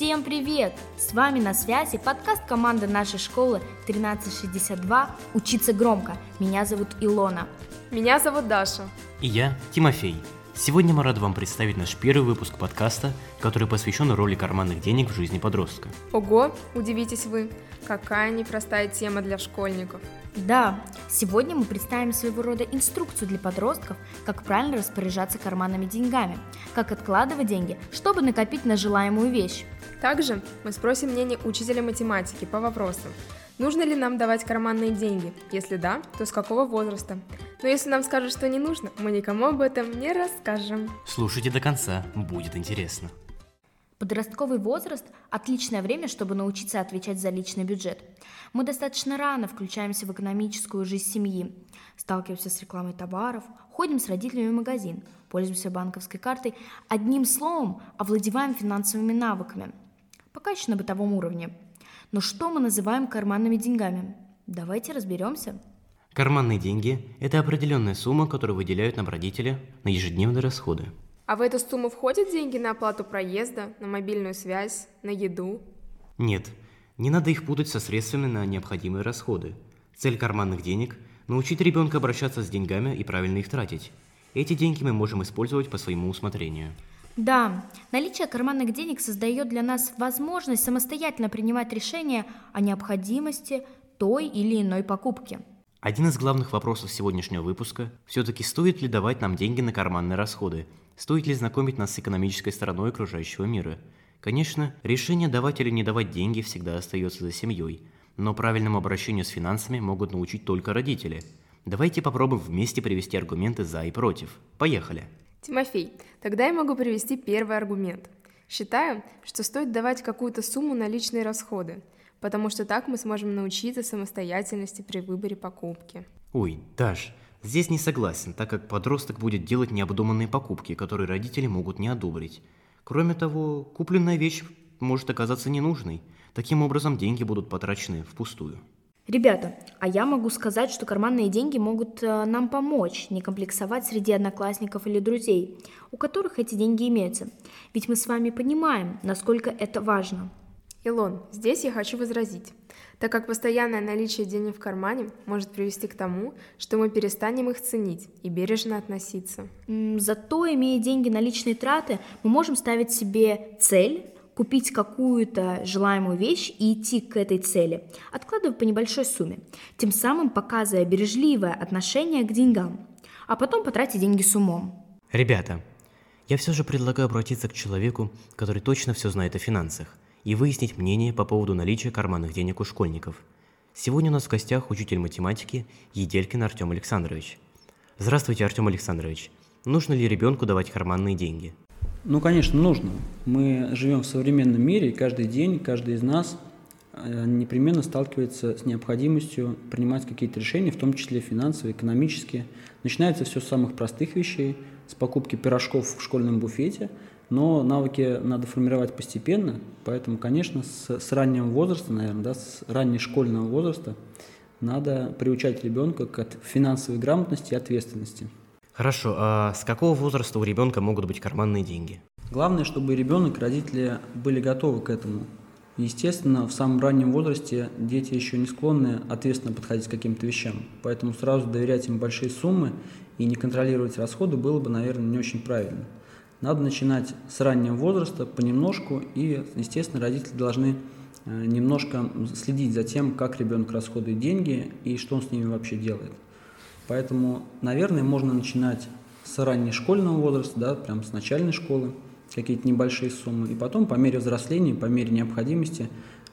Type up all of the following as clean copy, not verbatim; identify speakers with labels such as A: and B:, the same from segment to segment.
A: Всем привет! С вами на связи подкаст команды нашей школы 1362 «Учиться громко». Меня зовут Илона.
B: Меня зовут Даша.
C: И я, Тимофей. Сегодня мы рады вам представить наш первый выпуск подкаста, который посвящен роли карманных денег в жизни подростка.
B: Ого, удивитесь вы, какая непростая тема для школьников.
A: Да, сегодня мы представим своего рода инструкцию для подростков, как правильно распоряжаться карманными деньгами, как откладывать деньги, чтобы накопить на желаемую вещь.
B: Также мы спросим мнение учителя математики по вопросам. Нужно ли нам давать карманные деньги? Если да, то с какого возраста? Но если нам скажут, что не нужно, мы никому об этом не расскажем.
C: Слушайте до конца, будет интересно.
A: Подростковый возраст – отличное время, чтобы научиться отвечать за личный бюджет. Мы достаточно рано включаемся в экономическую жизнь семьи, сталкиваемся с рекламой товаров, ходим с родителями в магазин, пользуемся банковской картой. Одним словом, овладеваем финансовыми навыками. Пока еще на бытовом уровне. Но что мы называем карманными деньгами? Давайте разберемся.
C: Карманные деньги – это определенная сумма, которую выделяют нам родители на ежедневные расходы.
B: А в эту сумму входят деньги на оплату проезда, на мобильную связь, на еду?
C: Нет, не надо их путать со средствами на необходимые расходы. Цель карманных денег – научить ребенка обращаться с деньгами и правильно их тратить. Эти деньги мы можем использовать по своему усмотрению.
A: Да, наличие карманных денег создает для нас возможность самостоятельно принимать решения о необходимости той или иной покупки.
C: Один из главных вопросов сегодняшнего выпуска – все-таки стоит ли давать нам деньги на карманные расходы? Стоит ли знакомить нас с экономической стороной окружающего мира? Конечно, решение давать или не давать деньги всегда остается за семьей, но правильному обращению с финансами могут научить только родители. Давайте попробуем вместе привести аргументы «за» и «против». Поехали!
B: Тимофей, тогда я могу привести первый аргумент. Считаю, что стоит давать какую-то сумму на личные расходы, потому что так мы сможем научиться самостоятельности при выборе покупки.
C: Ой, Даш, здесь не согласен, так как подросток будет делать необдуманные покупки, которые родители могут не одобрить. Кроме того, купленная вещь может оказаться ненужной. Таким образом, деньги будут потрачены впустую.
A: Ребята, а я могу сказать, что карманные деньги могут нам помочь не комплексовать среди одноклассников или друзей, у которых эти деньги имеются. Ведь мы с вами понимаем, насколько это важно.
B: Илон, здесь я хочу возразить, так как постоянное наличие денег в кармане может привести к тому, что мы перестанем их ценить и бережно относиться.
A: Зато, имея деньги на личные траты, мы можем ставить себе цель, купить какую-то желаемую вещь и идти к этой цели, откладывая по небольшой сумме, тем самым показывая бережливое отношение к деньгам, а потом потратить деньги с умом.
C: Ребята, я все же предлагаю обратиться к человеку, который точно все знает о финансах, и выяснить мнение по поводу наличия карманных денег у школьников. Сегодня у нас в гостях учитель математики Еделькин Артем Александрович. Здравствуйте, Артем Александрович. Нужно ли ребенку давать карманные деньги?
D: Ну, конечно, нужно. Мы живем в современном мире, и каждый день, каждый из нас непременно сталкивается с необходимостью принимать какие-то решения, в том числе финансовые, экономические. Начинается все с самых простых вещей, с покупки пирожков в школьном буфете, но навыки надо формировать постепенно, поэтому, конечно, с раннего возраста, наверное, да, с раннешкольного возраста надо приучать ребенка к финансовой грамотности и ответственности.
C: Хорошо, а с какого возраста у ребенка могут быть карманные деньги?
D: Главное, чтобы ребенок и родители были готовы к этому. Естественно, в самом раннем возрасте дети еще не склонны ответственно подходить к каким-то вещам, поэтому сразу доверять им большие суммы и не контролировать расходы было бы, наверное, не очень правильно. Надо начинать с раннего возраста понемножку, и, естественно, родители должны немножко следить за тем, как ребенок расходует деньги и что он с ними вообще делает. Поэтому, наверное, можно начинать с раннешкольного возраста, да, прям с начальной школы, какие-то небольшие суммы, и потом по мере взросления, по мере необходимости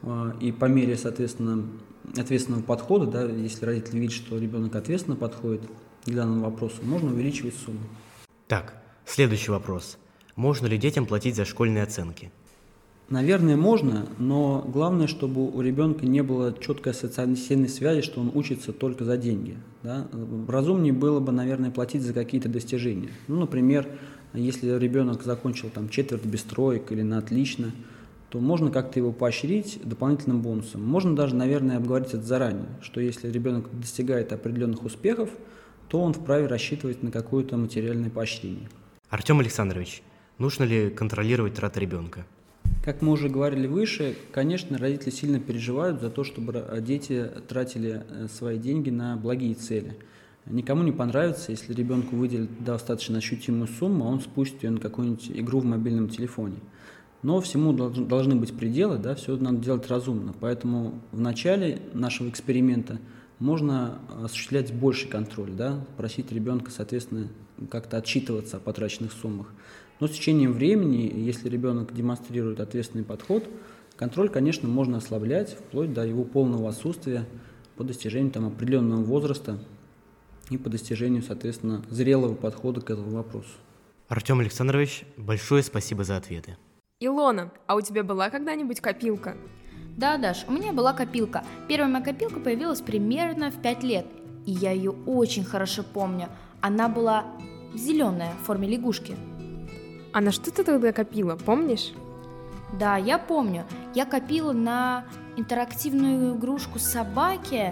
D: и по мере, соответственно, ответственного подхода, да, если родители видят, что ребенок ответственно подходит к данному вопросу, можно увеличивать сумму.
C: Так, следующий вопрос. Можно ли детям платить за школьные оценки?
D: Наверное, можно, но главное, чтобы у ребенка не было четкой ассоциативной связи, что он учится только за деньги. Да? Разумнее было бы, наверное, платить за какие-то достижения. Ну, например, если ребенок закончил там четверть без троек или на отлично, то можно как-то его поощрить дополнительным бонусом. Можно даже, наверное, обговорить это заранее, что если ребенок достигает определенных успехов, то он вправе рассчитывать на какое-то материальное поощрение.
C: Артем Александрович, нужно ли контролировать траты ребенка?
D: Как мы уже говорили выше, конечно, родители сильно переживают за то, чтобы дети тратили свои деньги на благие цели. Никому не понравится, если ребенку выделят достаточно ощутимую сумму, а он спустит ее на какую-нибудь игру в мобильном телефоне. Но всему должны быть пределы, да, все надо делать разумно. Поэтому в начале нашего эксперимента можно осуществлять больший контроль, да, просить ребенка, соответственно, как-то отчитываться о потраченных суммах. Но с течением времени, если ребенок демонстрирует ответственный подход, контроль, конечно, можно ослаблять, вплоть до его полного отсутствия по достижению определенного возраста и по достижению, соответственно, зрелого подхода к этому вопросу.
C: Артем Александрович, большое спасибо за ответы.
B: Илона, а у тебя была когда-нибудь копилка?
A: Да, Даш, у меня была копилка. Первая моя копилка появилась примерно в 5 лет, и я ее очень хорошо помню. Она была зеленая, в форме лягушки.
B: А на что ты тогда копила, помнишь?
A: Да, я помню. Я копила на интерактивную игрушку собаки,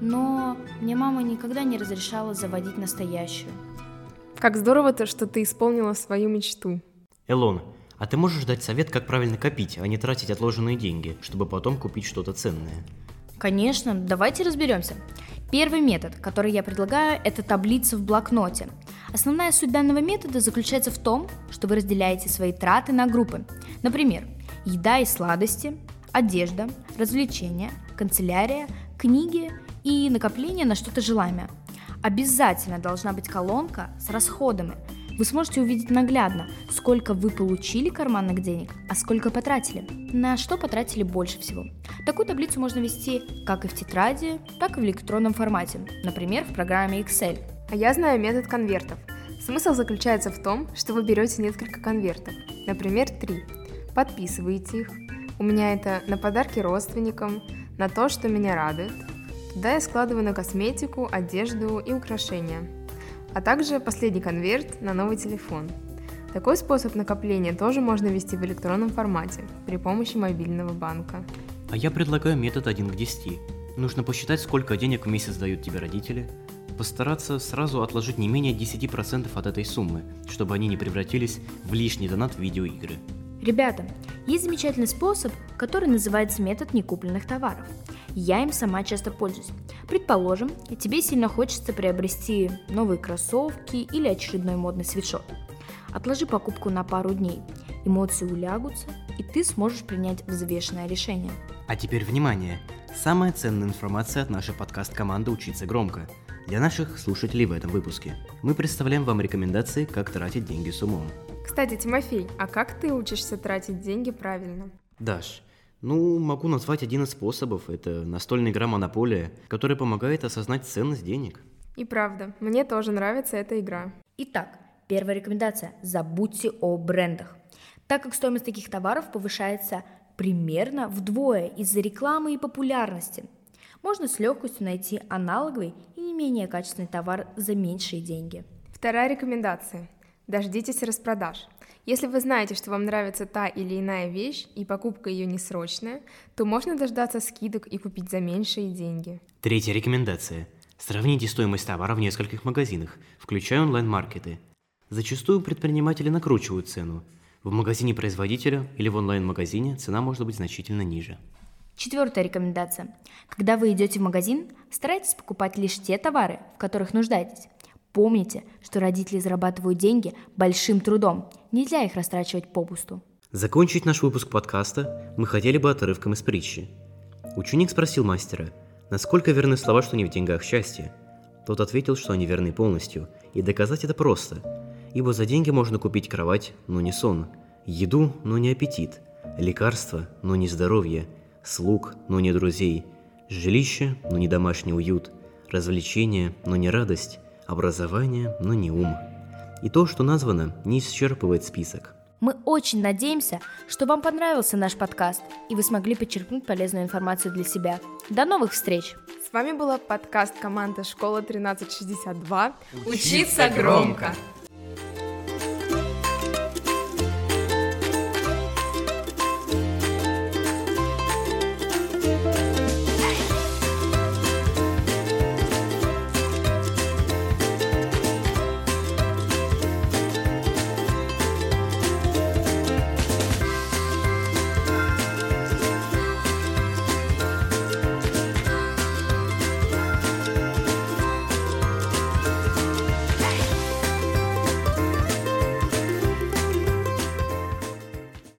A: но мне мама никогда не разрешала заводить настоящую.
B: Как здорово-то, что ты исполнила свою мечту.
C: Илона, а ты можешь дать совет, как правильно копить, а не тратить отложенные деньги, чтобы потом купить что-то ценное?
A: Конечно, давайте разберемся. Первый метод, который я предлагаю, это таблица в блокноте. Основная суть данного метода заключается в том, что вы разделяете свои траты на группы. Например, еда и сладости, одежда, развлечения, канцелярия, книги и накопление на что-то желаемое. Обязательно должна быть колонка с расходами. Вы сможете увидеть наглядно, сколько вы получили карманных денег, а сколько потратили. На что потратили больше всего. Такую таблицу можно вести как и в тетради, так и в электронном формате, например, в программе Excel.
B: А я знаю метод конвертов. Смысл заключается в том, что вы берете несколько конвертов, например, 3. Подписываете их. У меня это на подарки родственникам, на то, что меня радует. Туда я складываю на косметику, одежду и украшения. А также последний конверт на новый телефон. Такой способ накопления тоже можно вести в электронном формате при помощи мобильного банка.
C: А я предлагаю метод 1 к 10. Нужно посчитать, сколько денег в месяц дают тебе родители, постараться сразу отложить не менее 10% от этой суммы, чтобы они не превратились в лишний донат в видеоигры.
A: Ребята, есть замечательный способ, который называется метод некупленных товаров. Я им сама часто пользуюсь. Предположим, тебе сильно хочется приобрести новые кроссовки или очередной модный свитшот. Отложи покупку на пару дней, эмоции улягутся, и ты сможешь принять взвешенное решение.
C: А теперь внимание! Самая ценная информация от нашей подкаст-команды «Учиться громко». Для наших слушателей в этом выпуске. Мы представляем вам рекомендации, как тратить деньги с умом.
B: Кстати, Тимофей, а как ты учишься тратить деньги правильно?
C: Даш, могу назвать один из способов. Это настольная игра «Монополия», которая помогает осознать ценность денег.
B: И правда, мне тоже нравится эта игра.
A: Итак, первая рекомендация – забудьте о брендах. Так как стоимость таких товаров повышается примерно вдвое из-за рекламы и популярности, можно с легкостью найти аналоговый и не менее качественный товар за меньшие деньги.
B: Вторая рекомендация. Дождитесь распродаж. Если вы знаете, что вам нравится та или иная вещь, и покупка ее не срочная, то можно дождаться скидок и купить за меньшие деньги.
C: Третья рекомендация. Сравните стоимость товара в нескольких магазинах, включая онлайн-маркеты. Зачастую предприниматели накручивают цену. В магазине производителя или в онлайн-магазине цена может быть значительно ниже.
A: Четвертая рекомендация. Когда вы идете в магазин, старайтесь покупать лишь те товары, в которых нуждаетесь. Помните, что родители зарабатывают деньги большим трудом. Нельзя их растрачивать попусту.
C: Закончить наш выпуск подкаста мы хотели бы отрывком из притчи. Ученик спросил мастера, насколько верны слова, что не в деньгах счастье. Тот ответил, что они верны полностью, и доказать это просто. Ибо за деньги можно купить кровать, но не сон, еду, но не аппетит, лекарства, но не здоровье, слуг, но не друзей, жилище, но не домашний уют, развлечения, но не радость, образование, но не ум. И то, что названо, не исчерпывает список.
A: Мы очень надеемся, что вам понравился наш подкаст, и вы смогли подчеркнуть полезную информацию для себя. До новых встреч!
B: С вами была подкаст команды «Школа 1362». Учиться громко!